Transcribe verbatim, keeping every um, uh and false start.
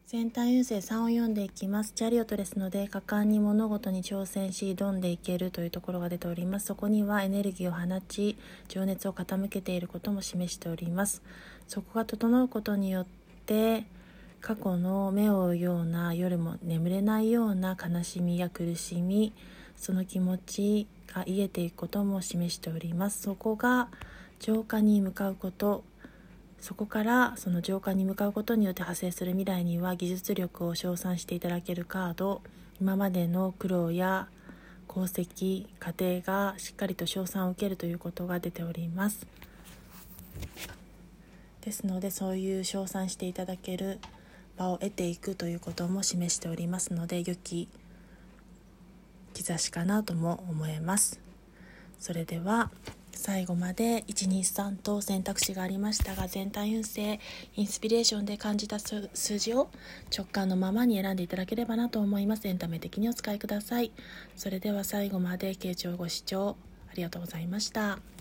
全体運勢さんを読んでいきます。チャリオットですので、果敢に物事に挑戦し挑んでいけるというところが出ております。そこにはエネルギーを放ち、情熱を傾けていることも示しております。そこが整うことによって、過去の目を追うような、夜も眠れないような悲しみや苦しみ、その気持ちが癒えていくことも示しております。そこが浄化に向かうこと、そこからその浄化に向かうことによって派生する未来には技術力を称賛していただけるカード、今までの苦労や功績、過程がしっかりと称賛を受けるということが出ております。ですので、そういう称賛していただける場を得ていくということも示しておりますので、良き兆しかなとも思えます。それでは最後までいちにさんと選択肢がありましたが、全体運勢インスピレーションで感じた数字を直感のままに選んでいただければなと思います。エンタメ的にお使いください。それでは最後まで傾聴ご視聴ありがとうございました。